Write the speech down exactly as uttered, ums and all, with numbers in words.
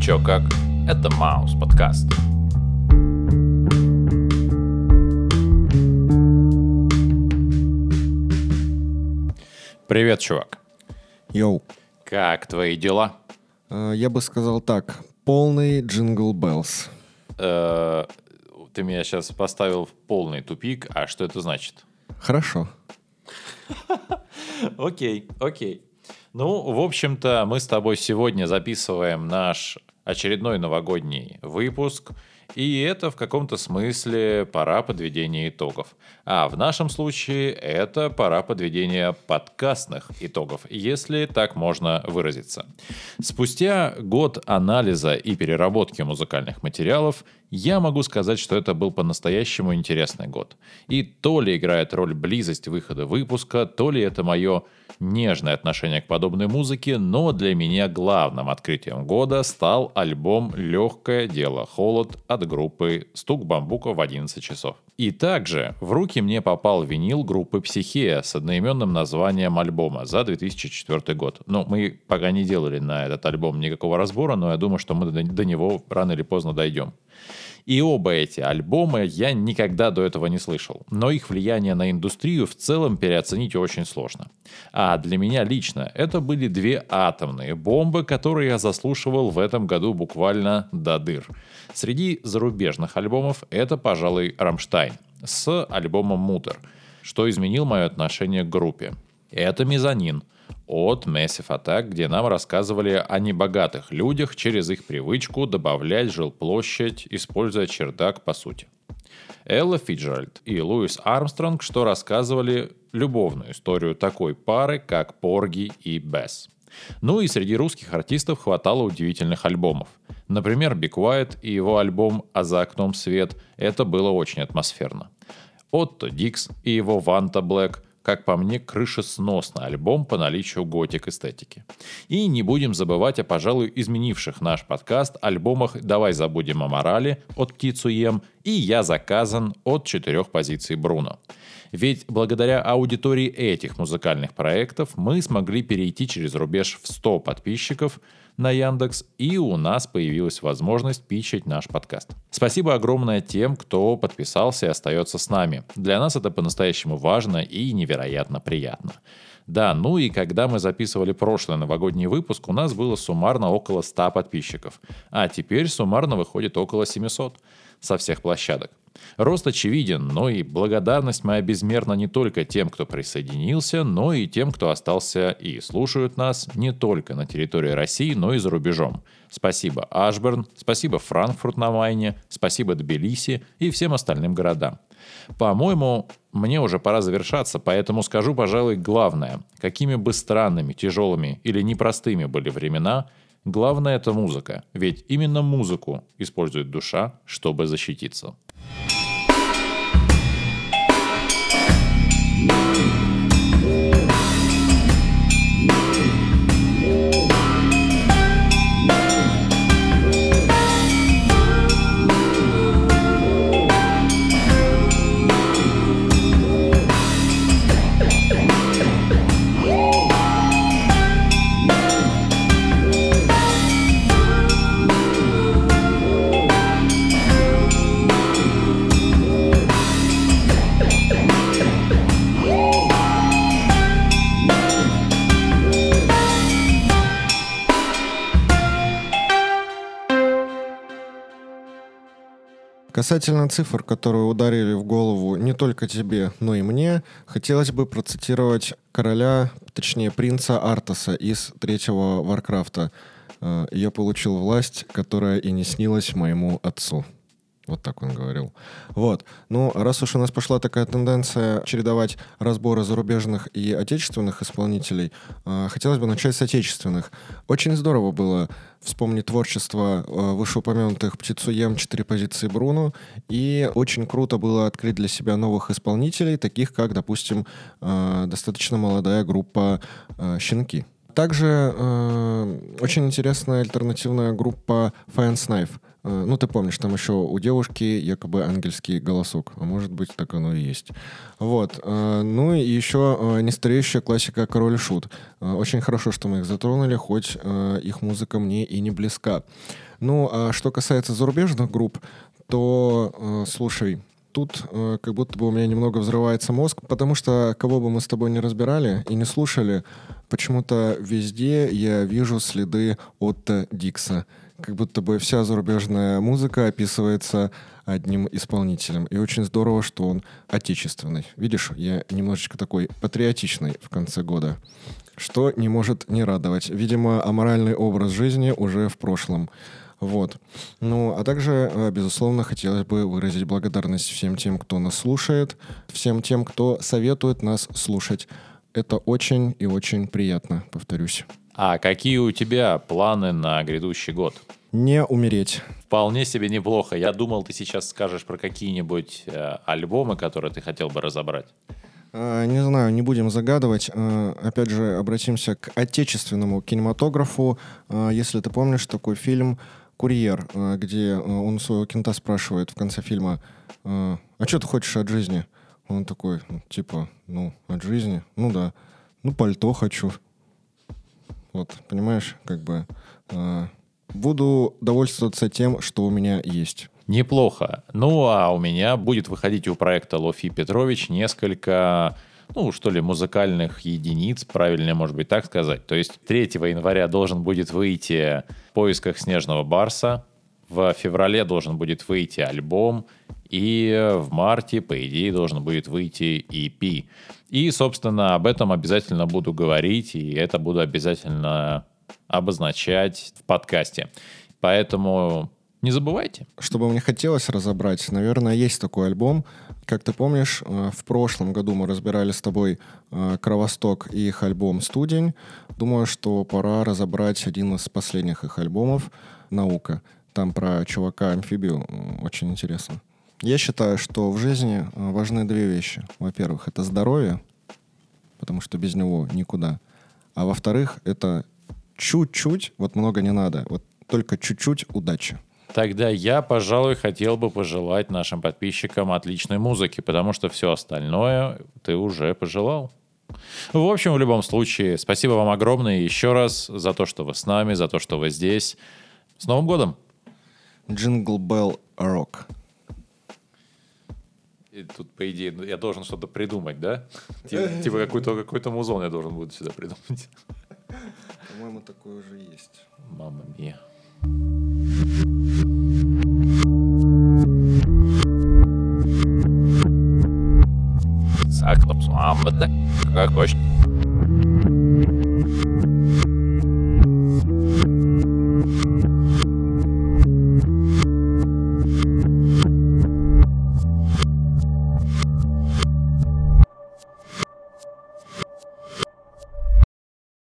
Чё как? Это Маус подкаст. Привет, чувак. Йоу. Как твои дела? Э, Я бы сказал так. Полный джингл беллс. Э, Ты меня сейчас поставил в полный тупик. А что это значит? Хорошо. Окей, окей. Ну, в общем-то, мы с тобой сегодня записываем наш очередной новогодний выпуск, и это в каком-то смысле пора подведения итогов. А в нашем случае это пора подведения подкастных итогов, если так можно выразиться. Спустя год анализа и переработки музыкальных материалов, я могу сказать, что это был по-настоящему интересный год. И то ли играет роль близость выхода выпуска, то ли это мое нежное отношение к подобной музыке, но для меня главным открытием года стал альбом «Легкое дело холод» от группы «Стук бамбука в одиннадцать часов». И также в руки мне попал винил группы «Психея» с одноименным названием альбома за две тысячи четвёртый год. Ну, мы пока не делали на этот альбом никакого разбора, но я думаю, что мы до, до него рано или поздно дойдем. И оба эти альбома я никогда до этого не слышал, но их влияние на индустрию в целом переоценить очень сложно. А для меня лично это были две атомные бомбы, которые я заслушивал в этом году буквально до дыр. Среди зарубежных альбомов это, пожалуй, «Рамштайн» с альбомом «Мутер», что изменил мое отношение к группе. Это «Мезонин» от Massive Attack, где нам рассказывали о небогатых людях через их привычку добавлять жилплощадь, используя чердак по сути. Элла Фицджеральд и Луис Армстронг, что рассказывали любовную историю такой пары, как Порги и Бесс. Ну и среди русских артистов хватало удивительных альбомов. Например, Be Quiet и его альбом «А за окном свет» — это было очень атмосферно. Отто Дикс и его «Ванта Блэк», как по мне, крышесносный альбом по наличию готик-эстетики. И не будем забывать о, пожалуй, изменивших наш подкаст альбомах «Давай забудем о морали» от «Птицу ем» и «Я заказан» от четырех позиций Бруно. Ведь благодаря аудитории этих музыкальных проектов мы смогли перейти через рубеж в сто подписчиков на Яндекс, и у нас появилась возможность питчить наш подкаст. Спасибо огромное тем, кто подписался и остается с нами. Для нас это по-настоящему важно и невероятно приятно. Да, ну и когда мы записывали прошлый новогодний выпуск, у нас было суммарно около ста подписчиков, а теперь суммарно выходит около семисот со всех площадок. Рост очевиден, но и благодарность моя безмерна не только тем, кто присоединился, но и тем, кто остался и слушают нас не только на территории России, но и за рубежом. Спасибо Ашберн, спасибо Франкфурт на Майне, спасибо Тбилиси и всем остальным городам. По-моему, мне уже пора завершаться, поэтому скажу, пожалуй, главное. Какими бы странными, тяжелыми или непростыми были времена, главное — это музыка. Ведь именно музыку использует душа, чтобы защититься. Касательно цифр, которые ударили в голову не только тебе, но и мне, хотелось бы процитировать короля, точнее принца Артаса из третьего Варкрафта. «Я получил власть, которая и не снилась моему отцу». Вот так он говорил. Вот. Ну, раз уж у нас пошла такая тенденция чередовать разборы зарубежных и отечественных исполнителей, э, хотелось бы начать с отечественных. Очень здорово было вспомнить творчество э, вышеупомянутых «Птицу ем», четыре позиции Бруно, и очень круто было открыть для себя новых исполнителей, таких как, допустим, э, достаточно молодая группа э, «Щенки». Также э, очень интересная альтернативная группа Fine Knife. Э, ну, ты помнишь, там еще у девушки якобы ангельский голосок. А может быть, так оно и есть. Вот. Э, ну и еще э, нестареющая классика «Король и Шут». Э, очень хорошо, что мы их затронули, хоть э, их музыка мне и не близка. Ну, а что касается зарубежных групп, то, э, слушай, тут э, как будто бы у меня немного взрывается мозг, потому что кого бы мы с тобой не разбирали и не слушали, почему-то везде я вижу следы Отто Дикса. Как будто бы вся зарубежная музыка описывается одним исполнителем. И очень здорово, что он отечественный. Видишь, я немножечко такой патриотичный в конце года, что не может не радовать. Видимо, аморальный образ жизни уже в прошлом. Вот. Ну, а также, безусловно, хотелось бы выразить благодарность всем тем, кто нас слушает, всем тем, кто советует нас слушать. Это очень и очень приятно, повторюсь. А какие у тебя планы на грядущий год? Не умереть. Вполне себе неплохо. Я думал, ты сейчас скажешь про какие-нибудь э, альбомы, которые ты хотел бы разобрать. А, не знаю, не будем загадывать. А, опять же, обратимся к отечественному кинематографу. А, если ты помнишь такой фильм «Курьер», а, где а, он своего кента спрашивает в конце фильма: а, «А что ты хочешь от жизни?» Он такой, ну, типа, ну, от жизни? Ну да. Ну, пальто хочу. Вот, понимаешь, как бы э, буду довольствоваться тем, что у меня есть. Неплохо. Ну, а у меня будет выходить у проекта Лофи Петрович несколько, ну, что ли, музыкальных единиц, правильнее, может быть, так сказать. То есть третьего января должен будет выйти «В поисках снежного барса», в феврале должен будет выйти альбом, и в марте, по идее, должен будет выйти и пи. И, собственно, об этом обязательно буду говорить, и это буду обязательно обозначать в подкасте. Поэтому не забывайте. Что бы мне хотелось разобрать, наверное, есть такой альбом. Как ты помнишь, в прошлом году мы разбирали с тобой «Кровосток» и их альбом «Студень». Думаю, что пора разобрать один из последних их альбомов «Наука». Там про чувака-амфибию очень интересно. Я считаю, что в жизни важны две вещи. Во-первых, это здоровье, потому что без него никуда. А во-вторых, это чуть-чуть, вот много не надо, вот только чуть-чуть удачи. Тогда я, пожалуй, хотел бы пожелать нашим подписчикам отличной музыки, потому что все остальное ты уже пожелал. В общем, в любом случае, спасибо вам огромное еще раз за то, что вы с нами, за то, что вы здесь. С Новым годом! Jingle Bell Rock. И тут, по идее, я должен что-то придумать, да? Типа какой-то какой-то музон я должен буду сюда придумать. По-моему, такое уже есть. Мамма мия. Саклап суамбада, как хочешь.